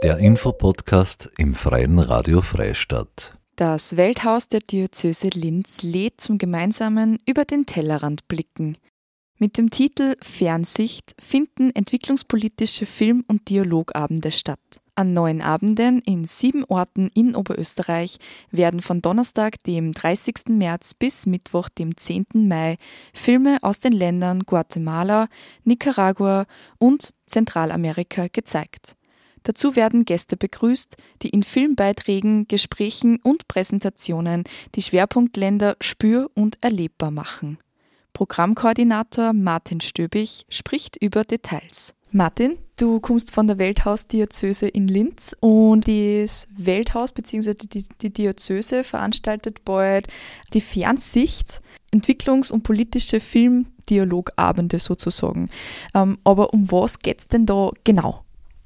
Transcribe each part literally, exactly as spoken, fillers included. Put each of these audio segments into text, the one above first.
Der Infopodcast im Freien Radio Freistadt. Das Welthaus der Diözese Linz lädt zum gemeinsamen Über den Tellerrand blicken. Mit dem Titel Fernsicht finden entwicklungspolitische Film- und Dialogabende statt. An neun Abenden in sieben Orten in Oberösterreich werden von Donnerstag, dem dreißigsten März bis Mittwoch, dem zehnten Mai, Filme aus den Ländern Guatemala, Nicaragua und Zentralamerika gezeigt. Dazu werden Gäste begrüßt, die in Filmbeiträgen, Gesprächen und Präsentationen die Schwerpunktländer spür- und erlebbar machen. Programmkoordinator Martin Stöbig spricht über Details. Martin, du kommst von der Welthaus-Diözese in Linz und das Welthaus bzw. die, die Diözese veranstaltet bald die Fernsicht, Entwicklungs- und politische Film-Dialogabende sozusagen. Ähm, aber um was geht's denn da genau?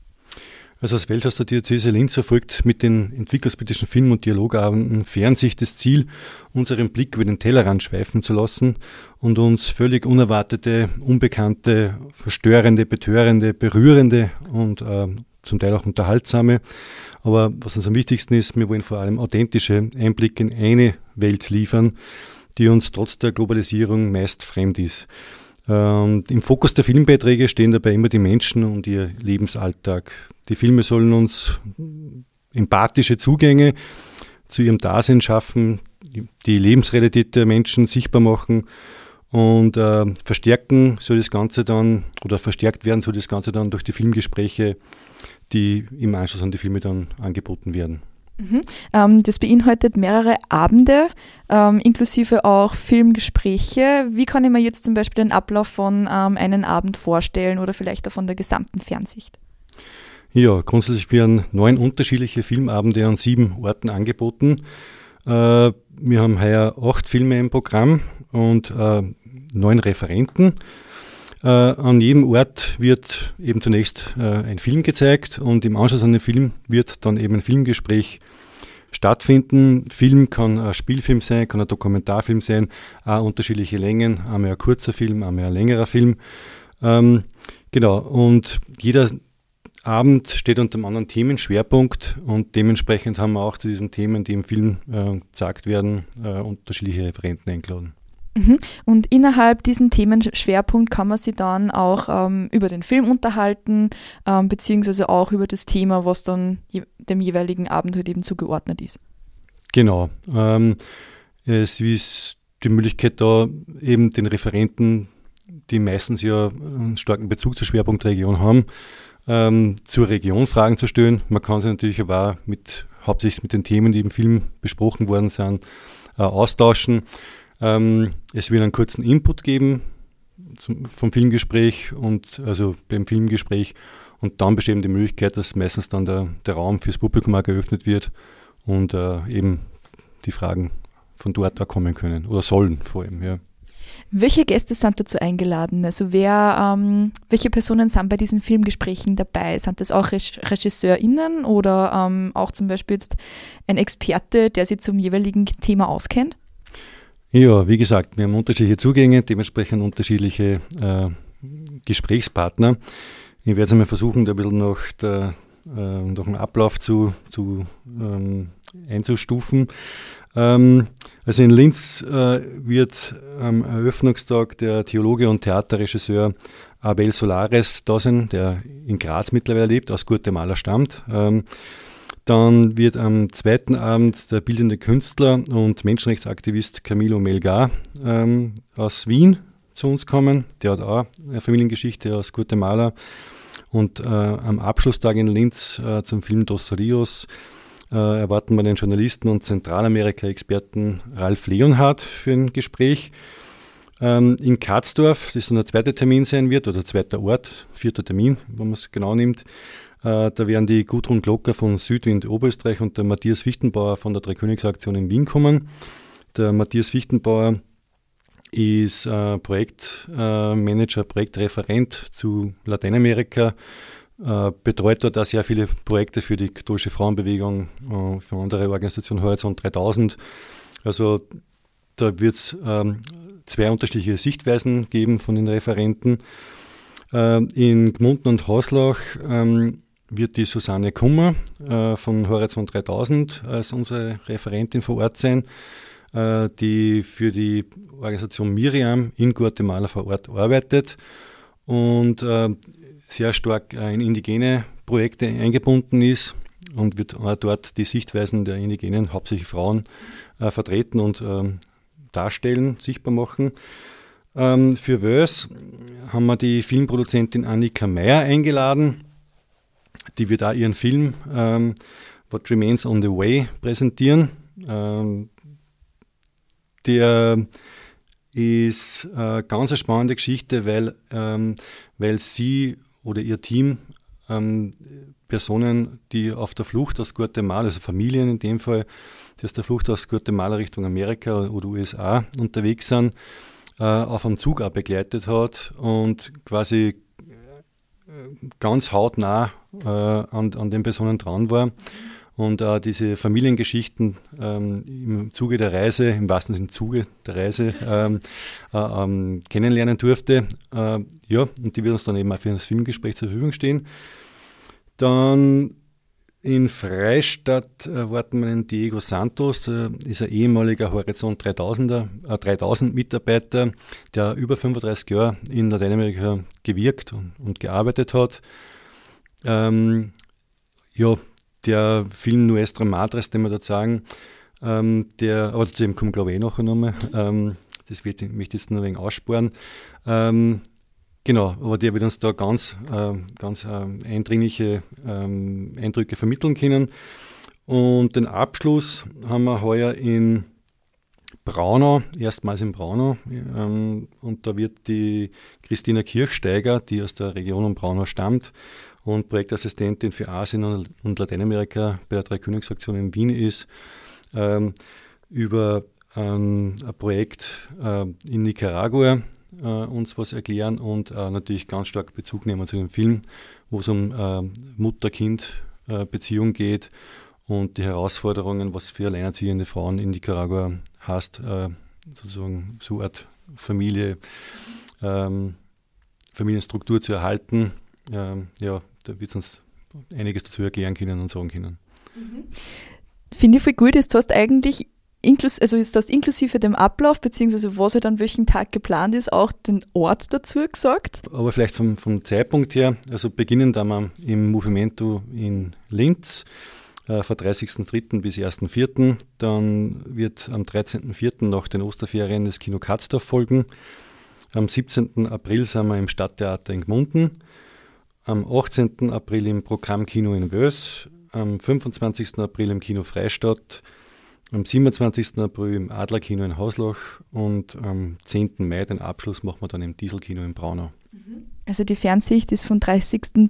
Also das Welthaus der Diözese Linz verfolgt mit den entwicklungspolitischen Film- und Dialogabenden Fernsicht das Ziel, unseren Blick über den Tellerrand schweifen zu lassen und uns völlig unerwartete, unbekannte, verstörende, betörende, berührende und äh, zum Teil auch unterhaltsame, aber was uns am wichtigsten ist, wir wollen vor allem authentische Einblicke in eine Welt liefern, die uns trotz der Globalisierung meist fremd ist. Und im Fokus der Filmbeiträge stehen dabei immer die Menschen und ihr Lebensalltag. Die Filme sollen uns empathische Zugänge zu ihrem Dasein schaffen, die Lebensrealität der Menschen sichtbar machen und äh, verstärken soll das Ganze dann oder verstärkt werden soll das Ganze dann durch die Filmgespräche, die im Anschluss an die Filme dann angeboten werden. Mhm. Ähm, das beinhaltet mehrere Abende, ähm, inklusive auch Filmgespräche. Wie kann ich mir jetzt zum Beispiel den Ablauf von ähm, einem Abend vorstellen oder vielleicht auch von der gesamten Fernsicht? Ja, grundsätzlich werden neun unterschiedliche Filmabende an sieben Orten angeboten. Äh, wir haben heuer acht Filme im Programm und äh, neun Referenten. Äh, an jedem Ort wird eben zunächst äh, ein Film gezeigt und im Anschluss an den Film wird dann eben ein Filmgespräch stattfinden. Film kann ein Spielfilm sein, kann ein Dokumentarfilm sein, auch unterschiedliche Längen, einmal ein kurzer Film, einmal ein längerer Film. Ähm, genau, und jeder Abend steht unter einem anderen Themenschwerpunkt und dementsprechend haben wir auch zu diesen Themen, die im Film äh, gezeigt werden, äh, unterschiedliche Referenten eingeladen. Und innerhalb diesen Themenschwerpunkt kann man sich dann auch ähm, über den Film unterhalten, ähm, beziehungsweise auch über das Thema, was dann je, dem jeweiligen Abend halt eben zugeordnet ist. Genau. Ähm, es ist die Möglichkeit da, eben den Referenten, die meistens ja einen starken Bezug zur Schwerpunktregion haben, ähm, zur Region Fragen zu stellen. Man kann sich natürlich aber auch mit, hauptsächlich mit den Themen, die im Film besprochen worden sind, äh, austauschen. Ähm, es wird einen kurzen Input geben zum, vom Filmgespräch und also beim Filmgespräch und dann besteht eben die Möglichkeit, dass meistens dann der, der Raum fürs Publikum auch geöffnet wird und äh, eben die Fragen von dort auch kommen können oder sollen vor allem, ja. Welche Gäste sind dazu eingeladen? Also wer, ähm, welche Personen sind bei diesen Filmgesprächen dabei? Sind das auch RegisseurInnen oder ähm, auch zum Beispiel jetzt ein Experte, der sich zum jeweiligen Thema auskennt? Ja, wie gesagt, wir haben unterschiedliche Zugänge, dementsprechend unterschiedliche äh, Gesprächspartner. Ich werde es einmal versuchen, da ein bisschen noch, der, äh, noch einen Ablauf zu, zu ähm, einzustufen. Ähm, also in Linz äh, wird am Eröffnungstag der Theologe und Theaterregisseur Abel Solares da sein, der in Graz mittlerweile lebt, aus Guatemala stammt. Ähm, Dann wird am zweiten Abend der bildende Künstler und Menschenrechtsaktivist Camilo Melgar ähm, aus Wien zu uns kommen. Der hat auch eine Familiengeschichte aus Guatemala. Und äh, am Abschlusstag in Linz äh, zum Film Dos Rios äh, erwarten wir den Journalisten und Zentralamerika-Experten Ralf Leonhardt für ein Gespräch. Ähm, in Katzdorf, das dann der zweite Termin sein wird, oder zweiter Ort, vierter Termin, wenn man es genau nimmt. Da werden die Gudrun Glocker von Südwind Oberösterreich und der Matthias Fichtenbauer von der Dreikönigsaktion in Wien kommen. Der Matthias Fichtenbauer ist äh, Projektmanager, äh, Projektreferent zu Lateinamerika, äh, betreut dort auch sehr viele Projekte für die katholische Frauenbewegung, äh, für andere Organisationen, Horizont dreitausend. Also da wird es ähm, zwei unterschiedliche Sichtweisen geben von den Referenten. Äh, in Gmunden und Haslach ähm, wird die Susanne Kummer äh, von Horizont dreitausend als unsere Referentin vor Ort sein, äh, die für die Organisation Miriam in Guatemala vor Ort arbeitet und äh, sehr stark äh, in indigene Projekte eingebunden ist und wird auch dort die Sichtweisen der Indigenen, hauptsächlich Frauen, äh, vertreten und äh, darstellen, sichtbar machen. Ähm, für Wös haben wir die Filmproduzentin Annika Meyer eingeladen. Die wird auch ihren Film ähm, What Remains on the Way präsentieren. Ähm, der ist eine ganz eine spannende Geschichte, weil, ähm, weil sie oder ihr Team ähm, Personen, die auf der Flucht aus Guatemala, also Familien in dem Fall, die aus der Flucht aus Guatemala Richtung Amerika oder U S A unterwegs sind, äh, auf einem Zug auch begleitet hat und quasi ganz hautnah äh, an, an den Personen dran war und äh, diese Familiengeschichten ähm, im Zuge der Reise, im wahrsten Sinne Zuge der Reise, ähm, äh, ähm, kennenlernen durfte. Äh, ja, und die wird uns dann eben auch für das Filmgespräch zur Verfügung stehen. Dann in Freistadt erwarten wir den Diego Santos, der ist ein ehemaliger Horizont dreitausender, äh, dreitausend Mitarbeiter, der über fünfunddreißig Jahre in Lateinamerika gewirkt und, und gearbeitet hat. Ähm, ja, der Film Nuestra Madres, den wir dort sagen, ähm, der, aber zu dem kommen glaube ich eh nachher nochmal, ähm, das wird, ich möchte jetzt nur ein wenig aussparen. Ähm, Genau, aber der wird uns da ganz, äh, ganz äh, eindringliche ähm, Eindrücke vermitteln können. Und den Abschluss haben wir heuer in Braunau, erstmals in Braunau. Ähm, und da wird die Christina Kirchsteiger, die aus der Region um Braunau stammt und Projektassistentin für Asien und Lateinamerika bei der Dreikönigsaktion in Wien ist, ähm, über ähm, ein Projekt äh, in Nicaragua Uh, uns was erklären und uh, natürlich ganz stark Bezug nehmen zu dem Film, wo es um uh, Mutter-Kind-Beziehung uh, geht und die Herausforderungen, was für alleinerziehende Frauen in Nicaragua heißt, uh, sozusagen so eine Art Familie, um, Familienstruktur zu erhalten. Uh, ja, da wird es uns einiges dazu erklären können und sagen können. Mhm. Finde ich voll gut, jetzt hast du eigentlich Inklus- also ist das inklusive dem Ablauf, beziehungsweise was halt an welchem Tag geplant ist, auch den Ort dazu gesagt? Aber vielleicht vom, vom Zeitpunkt her, also beginnen da mal im Movimento in Linz äh, von dreißigsten dritten bis ersten vierten Dann wird am dreizehnten vierten nach den Osterferien das Kino Katzdorf folgen. Am siebzehnten April sind wir im Stadttheater in Gmunden. Am achtzehnten April im Programmkino in Wös. Am fünfundzwanzigsten April im Kino Freistadt. Am siebenundzwanzigsten April im Adlerkino in Hauslach und am zehnten Mai den Abschluss machen wir dann im Dieselkino in Braunau. Also die Fernsicht ist von dreißigsten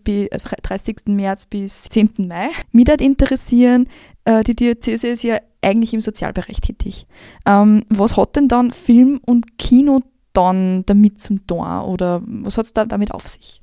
März bis zehnten Mai. Mich würde interessieren, die Diözese ist ja eigentlich im Sozialbereich tätig. Was hat denn dann Film und Kino dann damit zum tun oder was hat es da damit auf sich?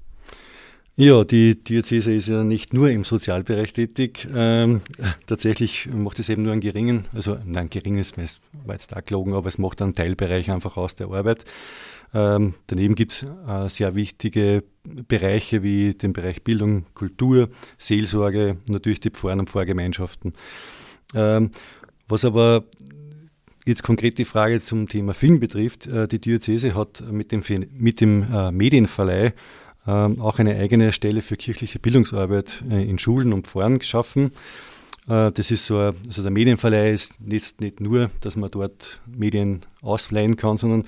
Ja, die Diözese ist ja nicht nur im Sozialbereich tätig. Ähm, tatsächlich macht es eben nur einen geringen, also nein, geringes, war jetzt auch gelogen, aber es macht einen Teilbereich einfach aus der Arbeit. Ähm, daneben gibt es äh, sehr wichtige Bereiche wie den Bereich Bildung, Kultur, Seelsorge, natürlich die Pfarren und Pfarrgemeinschaften. Ähm, was aber jetzt konkret die Frage zum Thema Film betrifft, äh, die Diözese hat mit dem, mit dem äh, Medienverleih Ähm, auch eine eigene Stelle für kirchliche Bildungsarbeit äh, in Schulen und Pfarren geschaffen. Äh, das ist so, ein, also der Medienverleih ist nicht, nicht nur, dass man dort Medien ausleihen kann, sondern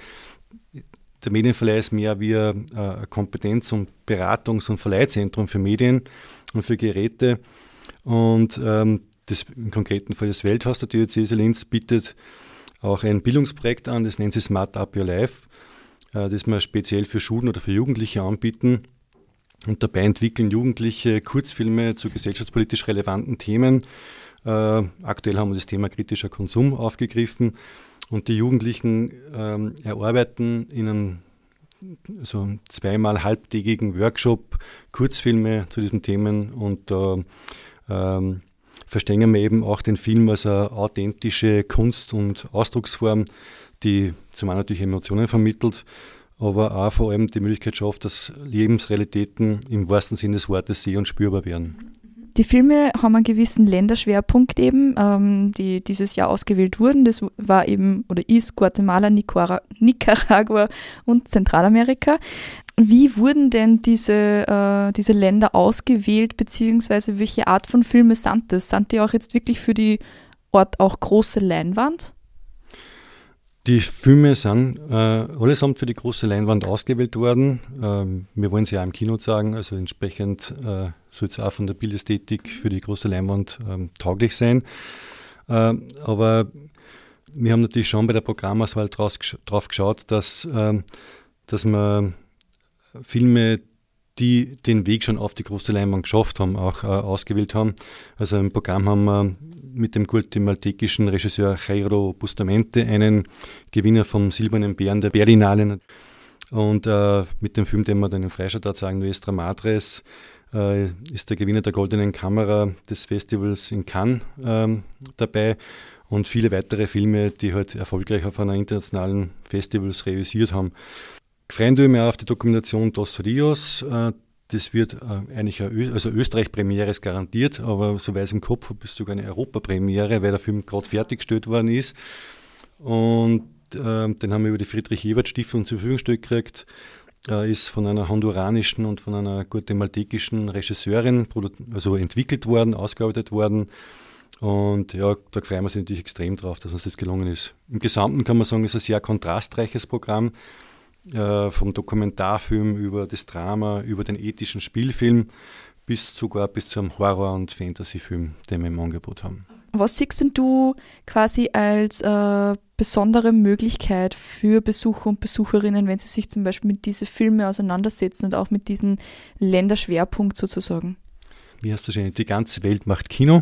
der Medienverleih ist mehr wie ein äh, Kompetenz- und Beratungs- und Verleihzentrum für Medien und für Geräte. Und ähm, das, im konkreten Fall das Welthaus der Diözese Linz bietet auch ein Bildungsprojekt an, das nennt sich Smart Up Your Life, das wir speziell für Schulen oder für Jugendliche anbieten. Und dabei entwickeln Jugendliche Kurzfilme zu gesellschaftspolitisch relevanten Themen. Äh, aktuell haben wir das Thema kritischer Konsum aufgegriffen. Und die Jugendlichen ähm, erarbeiten in einem so zweimal halbtägigen Workshop Kurzfilme zu diesen Themen. Und da ähm, verstehen wir eben auch den Film als eine authentische Kunst- und Ausdrucksform, die zum einen natürlich Emotionen vermittelt, aber auch vor allem die Möglichkeit schafft, dass Lebensrealitäten im wahrsten Sinne des Wortes seh- und spürbar werden. Die Filme haben einen gewissen Länderschwerpunkt eben, ähm, die dieses Jahr ausgewählt wurden. Das war eben oder ist Guatemala, Nicara- Nicaragua und Zentralamerika. Wie wurden denn diese, äh, diese Länder ausgewählt, beziehungsweise welche Art von Filme sind das? Sind die auch jetzt wirklich für die Ort auch große Leinwand? Die Filme sind äh, allesamt für die große Leinwand ausgewählt worden. Ähm, wir wollen sie ja im Kino zeigen, also entsprechend äh, soll es auch von der Bildästhetik für die große Leinwand ähm, tauglich sein. Äh, aber wir haben natürlich schon bei der Programmauswahl draus, drauf geschaut, dass, äh, dass wir Filme, die den Weg schon auf die große Leinwand geschafft haben, auch äh, ausgewählt haben. Also im Programm haben wir mit dem guatemaltekischen Regisseur Jairo Bustamante einen Gewinner vom Silbernen Bären der Berlinale und äh, mit dem Film, den wir dann im Freistaat sagen, Nuestra Madres, äh, ist der Gewinner der Goldenen Kamera des Festivals in Cannes äh, dabei und viele weitere Filme, die halt erfolgreich auf einer internationalen Festivals realisiert haben. Freuen tue ich mich auf die Dokumentation Dos Rios. Das wird eigentlich eine Ö- also Österreich-Premiere ist garantiert, aber so weiß ich im Kopf habe, ist sogar eine Europapremiere, weil der Film gerade fertiggestellt worden ist. Und äh, den haben wir über die Friedrich-Ebert-Stiftung zur Verfügung gestellt gekriegt. Äh, ist von einer honduranischen und von einer guatemaltekischen Regisseurin produ- also entwickelt worden, ausgearbeitet worden. Und ja, da freuen wir uns natürlich extrem drauf, dass uns das gelungen ist. Im Gesamten kann man sagen, es ist ein sehr kontrastreiches Programm. Äh, vom Dokumentarfilm über das Drama, über den ethischen Spielfilm bis sogar bis zu einem Horror- und Fantasyfilm, den wir im Angebot haben. Was siehst denn du quasi als äh, besondere Möglichkeit für Besucher und Besucherinnen, wenn sie sich zum Beispiel mit diesen Filmen auseinandersetzen und auch mit diesem Länderschwerpunkt sozusagen? Wie heißt das schon? Die ganze Welt macht Kino.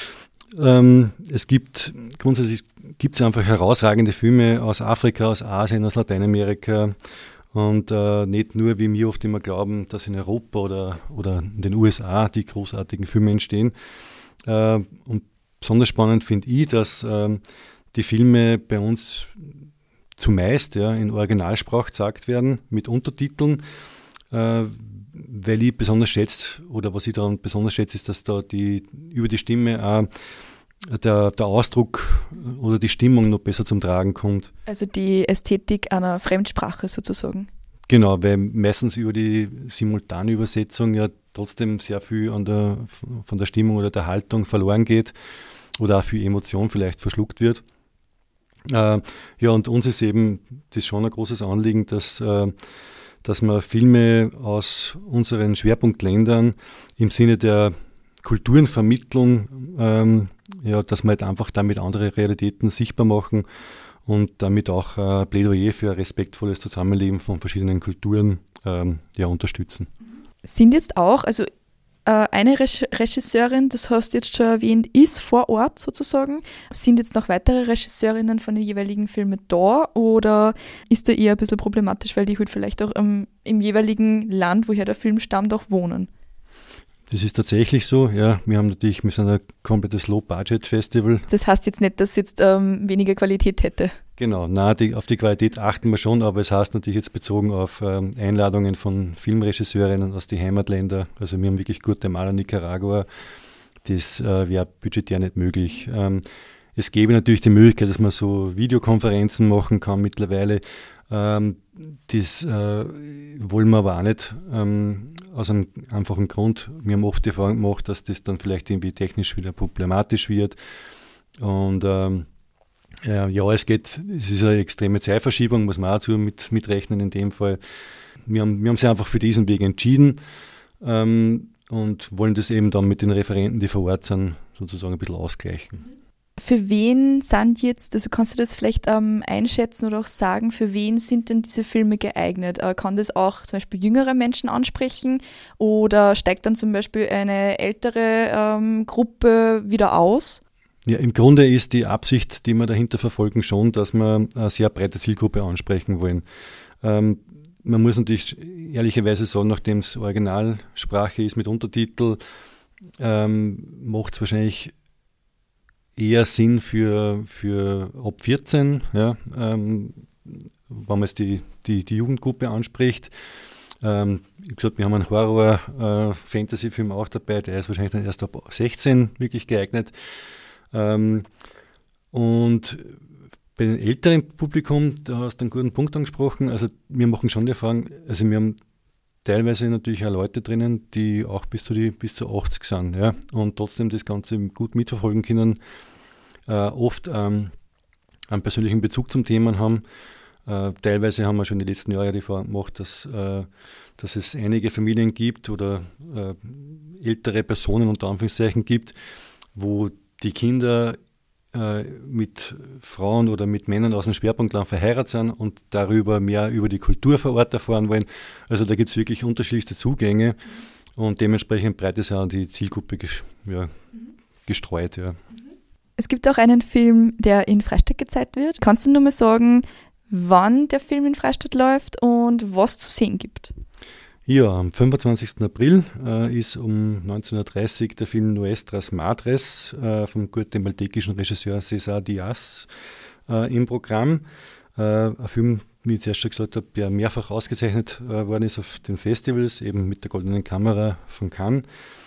Ähm, es gibt grundsätzlich gibt es einfach herausragende Filme aus Afrika, aus Asien, aus Lateinamerika und äh, nicht nur, wie wir oft immer glauben, dass in Europa oder, oder in den U S A die großartigen Filme entstehen. Äh, und besonders spannend finde ich, dass äh, die Filme bei uns zumeist ja, in Originalsprache gezeigt werden, mit Untertiteln, äh, weil ich besonders schätze, oder was ich daran besonders schätze, ist, dass da die über die Stimme auch der, der Ausdruck oder die Stimmung noch besser zum Tragen kommt. Also die Ästhetik einer Fremdsprache sozusagen. Genau, weil meistens über die simultane Übersetzung ja trotzdem sehr viel an der, von der Stimmung oder der Haltung verloren geht oder auch viel Emotion vielleicht verschluckt wird. Äh, ja, und uns ist eben das schon ein großes Anliegen, dass äh, dass wir Filme aus unseren Schwerpunktländern im Sinne der Kulturenvermittlung, ähm, ja, dass wir halt einfach damit andere Realitäten sichtbar machen und damit auch äh, Plädoyer für ein respektvolles Zusammenleben von verschiedenen Kulturen ähm, ja, unterstützen. Sind jetzt auch, also äh, eine Re- Regisseurin, das hast du jetzt schon erwähnt, ist vor Ort sozusagen. Sind jetzt noch weitere Regisseurinnen von den jeweiligen Filmen da oder ist da eher ein bisschen problematisch, weil die halt vielleicht auch ähm, im jeweiligen Land, woher der Film stammt, auch wohnen? Das ist tatsächlich so, ja. Wir haben natürlich, wir sind ein komplettes Low-Budget-Festival. Das heißt jetzt nicht, dass es jetzt ähm, weniger Qualität hätte. Genau, na, die, auf die Qualität achten wir schon, aber es heißt natürlich jetzt bezogen auf ähm, Einladungen von Filmregisseurinnen aus den Heimatländern. Also wir haben wirklich Guatemala, Nicaragua. Das äh, wäre budgetär nicht möglich. Ähm, es gäbe natürlich die Möglichkeit, dass man so Videokonferenzen machen kann mittlerweile. Ähm, das äh, wollen wir aber auch nicht. Ähm, aus einem einfachen Grund. Wir haben oft die Erfahrung gemacht, dass das dann vielleicht irgendwie technisch wieder problematisch wird. Und ähm, ja, ja, es geht, es ist eine extreme Zeitverschiebung, muss man auch zu mit, mitrechnen in dem Fall. Wir haben, wir haben sich einfach für diesen Weg entschieden ähm, und wollen das eben dann mit den Referenten, die vor Ort sind, sozusagen ein bisschen ausgleichen. Für wen sind jetzt, also kannst du das vielleicht ähm, einschätzen oder auch sagen, für wen sind denn diese Filme geeignet? Äh, kann das auch zum Beispiel jüngere Menschen ansprechen oder steigt dann zum Beispiel eine ältere ähm, Gruppe wieder aus? Ja, im Grunde ist die Absicht, die wir dahinter verfolgen, schon, dass wir eine sehr breite Zielgruppe ansprechen wollen. Ähm, man muss natürlich ehrlicherweise sagen, nachdem es Originalsprache ist mit Untertitel, ähm, macht es wahrscheinlich eher Sinn für, für ab vierzehn, ja, ähm, wenn man jetzt die, die, die Jugendgruppe anspricht. Ähm, wie gesagt, wir haben einen Horror-Fantasy-Film äh, auch dabei, der ist wahrscheinlich dann erst ab sechzehn wirklich geeignet. Ähm, und bei den älteren Publikum, da hast du einen guten Punkt angesprochen, also wir machen schon die Erfahrung, also wir haben teilweise natürlich auch Leute drinnen, die auch bis zu, die, bis zu achtzig sind, ja, und trotzdem das Ganze gut mitverfolgen können, äh, oft ähm, einen persönlichen Bezug zum Thema haben. Äh, teilweise haben wir schon die letzten Jahre die Erfahrung gemacht, dass, äh, dass es einige Familien gibt oder äh, ältere Personen unter Anführungszeichen gibt, wo die Kinder äh, mit Frauen oder mit Männern aus dem Schwerpunktland verheiratet sind und darüber mehr über die Kultur vor Ort erfahren wollen. Also da gibt es wirklich unterschiedlichste Zugänge und dementsprechend breit ist auch die Zielgruppe ges- ja, gestreut. Ja. Es gibt auch einen Film, der in Freistadt gezeigt wird. Kannst du nur mal sagen, wann der Film in Freistadt läuft und was zu sehen gibt? Ja, am fünfundzwanzigsten April äh, ist um neunzehn Uhr dreißig der Film Nuestras Madres äh, vom guatemaltekischen Regisseur César Diaz äh, im Programm. Äh, ein Film, wie ich zuerst schon gesagt habe, der mehrfach ausgezeichnet äh, worden ist auf den Festivals, eben mit der Goldenen Kamera von Cannes.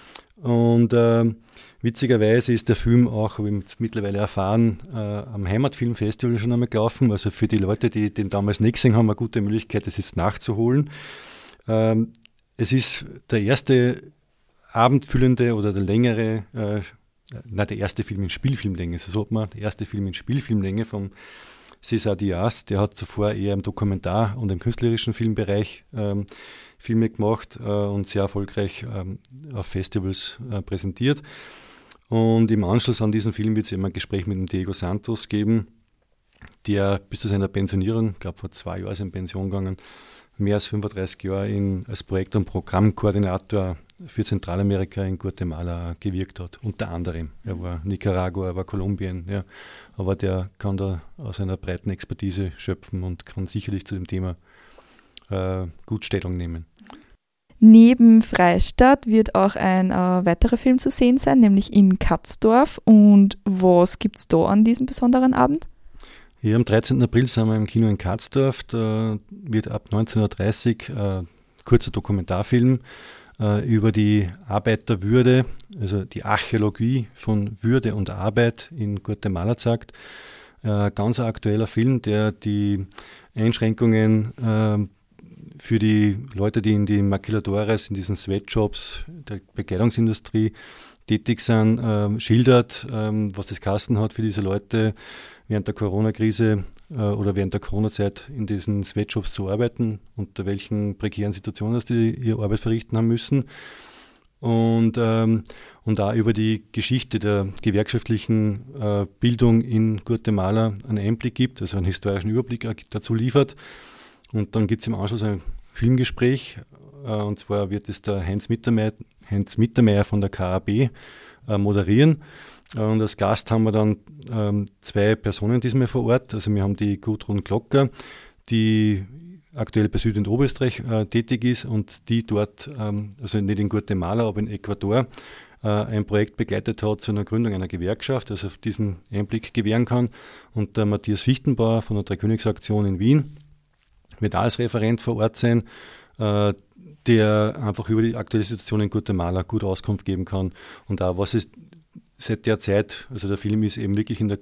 Und äh, witzigerweise ist der Film auch, habe ich mittlerweile erfahren, äh, am Heimatfilmfestival schon einmal gelaufen. Also für die Leute, die den damals nicht gesehen haben, eine gute Möglichkeit, das jetzt nachzuholen. Ähm, es ist der erste abendfüllende oder der längere, äh, nein, der erste Film in Spielfilmlänge, so sagt man, der erste Film in Spielfilmlänge von César Diaz. Der hat zuvor eher im Dokumentar- und im künstlerischen Filmbereich ähm, Filme gemacht äh, und sehr erfolgreich ähm, auf Festivals äh, präsentiert. Und im Anschluss an diesen Film wird es immer ein Gespräch mit dem Diego Santos geben, der bis zu seiner Pensionierung, ich glaube vor zwei Jahren ist er in Pension gegangen, mehr als fünfunddreißig Jahre in, als Projekt- und Programmkoordinator für Zentralamerika in Guatemala gewirkt hat, unter anderem. Er war Nicaragua, er war Kolumbien, ja. Aber der kann da aus einer breiten Expertise schöpfen und kann sicherlich zu dem Thema äh, gut Stellung nehmen. Neben Freistadt wird auch ein äh, weiterer Film zu sehen sein, nämlich in Katzdorf. Und was gibt es da an diesem besonderen Abend? Ja, am dreizehnten April sind wir im Kino in Katzdorf. Da wird ab neunzehn Uhr dreißig äh, kurzer Dokumentarfilm äh, über die Arbeiterwürde, also die Archäologie von Würde und Arbeit in Guatemala gezeigt. Äh, ganz ein aktueller Film, der die Einschränkungen äh, für die Leute, die in den Maquiladores, in diesen Sweatshops der Bekleidungsindustrie tätig sind, äh, schildert, äh, was das Kasten hat für diese Leute, während der Corona-Krise äh, oder während der Corona-Zeit in diesen Sweatshops zu arbeiten, unter welchen prekären Situationen dass die ihre Arbeit verrichten haben müssen. Und, ähm, und auch über die Geschichte der gewerkschaftlichen äh, Bildung in Guatemala einen Einblick gibt, also einen historischen Überblick dazu liefert. Und dann gibt es im Anschluss ein Filmgespräch, äh, und zwar wird es der Heinz Mittermeier, Heinz Mittermeier von der K A B äh, moderieren. Und als Gast haben wir dann ähm, zwei Personen diesmal vor Ort. Also wir haben die Gudrun Glocker, die aktuell bei Süd- und Oberösterreich äh, tätig ist und die dort, ähm, also nicht in Guatemala, aber in Ecuador, äh, ein Projekt begleitet hat zu einer Gründung einer Gewerkschaft, also auf diesen Einblick gewähren kann. Und der Matthias Fichtenbauer von der Dreikönigsaktion in Wien wird auch als Referent vor Ort sein, äh, der einfach über die aktuelle Situation in Guatemala gut Auskunft geben kann und auch was ist seit der Zeit, also der Film ist eben wirklich in der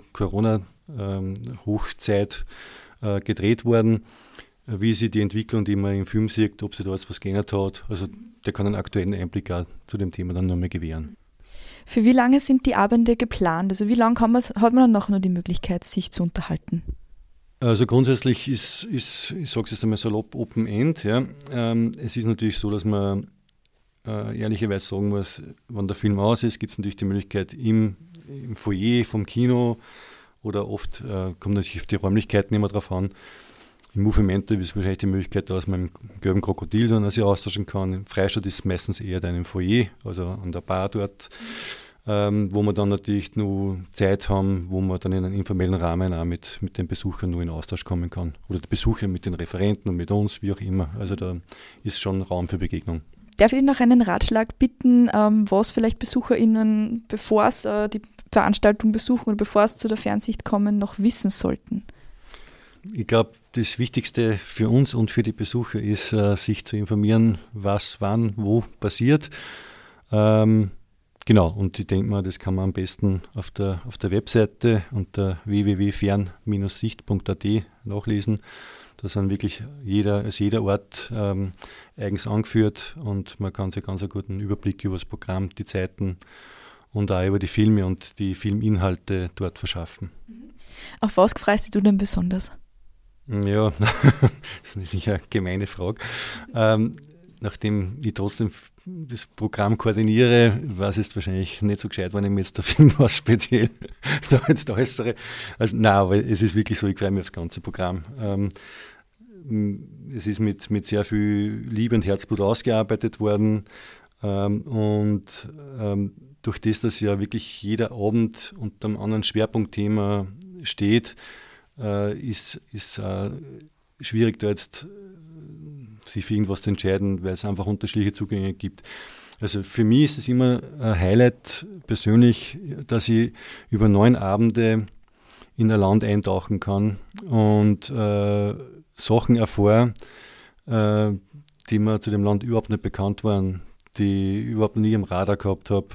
Corona-Hochzeit ähm, äh, gedreht worden, äh, wie sie die Entwicklung, die man im Film sieht, ob sich da jetzt was geändert hat. Also der kann einen aktuellen Einblick auch zu dem Thema dann nochmal gewähren. Für wie lange sind die Abende geplant? Also wie lange kann man, hat man dann noch nur die Möglichkeit, sich zu unterhalten? Also grundsätzlich ist, ist ich sage es jetzt einmal salopp, Open End. Ja. Ähm, es ist natürlich so, dass man äh, ehrlicherweise sagen muss, wenn der Film aus ist, gibt es natürlich die Möglichkeit im, im Foyer vom Kino oder oft äh, kommt natürlich auf die Räumlichkeiten immer drauf an. Im Movimento ist wahrscheinlich die Möglichkeit, dass man im gelben Krokodil dann sich austauschen kann. Im Freistadt ist es meistens eher dann im Foyer, also an der Bar dort. Ähm, wo wir dann natürlich nur Zeit haben, wo man dann in einem informellen Rahmen auch mit, mit den Besuchern nur in Austausch kommen kann. Oder die Besucher mit den Referenten und mit uns, wie auch immer. Also da ist schon Raum für Begegnung. Darf ich noch einen Ratschlag bitten, ähm, was vielleicht BesucherInnen, bevor sie äh, die Veranstaltung besuchen oder bevor sie zu der Fernsicht kommen, noch wissen sollten? ich glaube, das Wichtigste für uns und für die Besucher ist, äh, sich zu informieren, was wann wo passiert. Ähm, genau, und ich denke mal, das kann man am besten auf der, auf der Webseite unter w w w punkt fern Bindestrich sicht punkt a t nachlesen. Da sind wirklich jeder, also jeder Ort ähm, eigens angeführt und man kann sich ganz einen guten Überblick über das Programm, die Zeiten und auch über die Filme und die Filminhalte dort verschaffen. Auf was freust du denn besonders? Ja, das ist sicher eine gemeine Frage. Ähm, nachdem ich trotzdem das Programm koordiniere, weiß ich wahrscheinlich nicht so gescheit, wenn ich mir jetzt der Film was speziell da jetzt äußere. Also nein, aber es ist wirklich so, ich freue mich auf das ganze Programm. Ähm, es ist mit, mit sehr viel Liebe und Herzblut ausgearbeitet worden ähm, und ähm, durch das, dass ja wirklich jeder Abend unter einem anderen Schwerpunktthema steht, äh, ist es äh, schwierig, da jetzt sich für irgendwas zu entscheiden, weil es einfach unterschiedliche Zugänge gibt. Also für mich ist es immer ein Highlight persönlich, dass ich über neun Abende in ein Land eintauchen kann und äh, Sachen erfahre, äh, die mir zu dem Land überhaupt nicht bekannt waren, die ich überhaupt nie am Radar gehabt habe.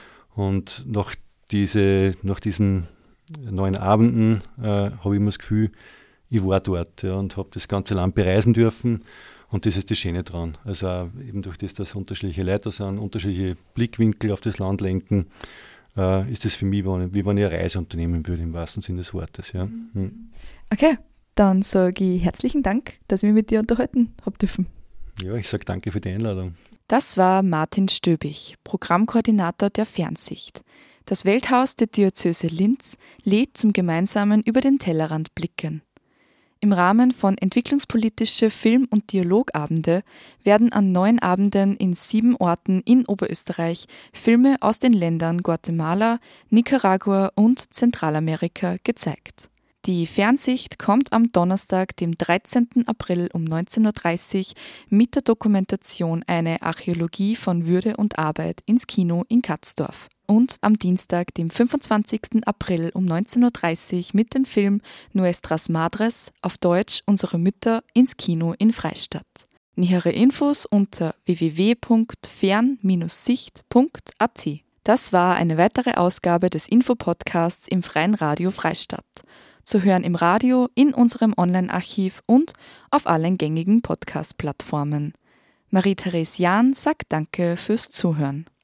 Und nach, diese, nach diesen neun Abenden äh, habe ich immer das Gefühl, ich war dort, ja, und habe das ganze Land bereisen dürfen. Und das ist das Schöne dran. Also auch eben durch das, dass unterschiedliche Leute sind, unterschiedliche Blickwinkel auf das Land lenken, äh, ist das für mich, wie wenn ich eine Reise unternehmen würde, im wahrsten Sinne des Wortes. Ja. Hm. Okay, dann sage ich herzlichen Dank, dass ich mich mit dir unterhalten habe dürfen. Ja, ich sage danke für die Einladung. Das war Martin Stöbig, Programmkoordinator der Fernsicht. Das Welthaus der Diözese Linz lädt zum gemeinsamen Über den Tellerrand blicken. Im Rahmen von entwicklungspolitische Film- und Dialogabende werden an neun Abenden in sieben Orten in Oberösterreich Filme aus den Ländern Guatemala, Nicaragua und Zentralamerika gezeigt. Die Fernsicht kommt am Donnerstag, dem dreizehnten April um neunzehn Uhr dreißig mit der Dokumentation Eine Archäologie von Würde und Arbeit ins Kino in Katzdorf. Und am Dienstag, dem fünfundzwanzigsten April um neunzehn Uhr dreißig mit dem Film Nuestras Madres, auf Deutsch Unsere Mütter, ins Kino in Freistadt. Nähere Infos unter w w w punkt fern Bindestrich sicht punkt a t. Das war eine weitere Ausgabe des Infopodcasts im Freien Radio Freistadt. Zu hören im Radio, in unserem Online-Archiv und auf allen gängigen Podcast-Plattformen. Marie-Therese Jahn sagt Danke fürs Zuhören.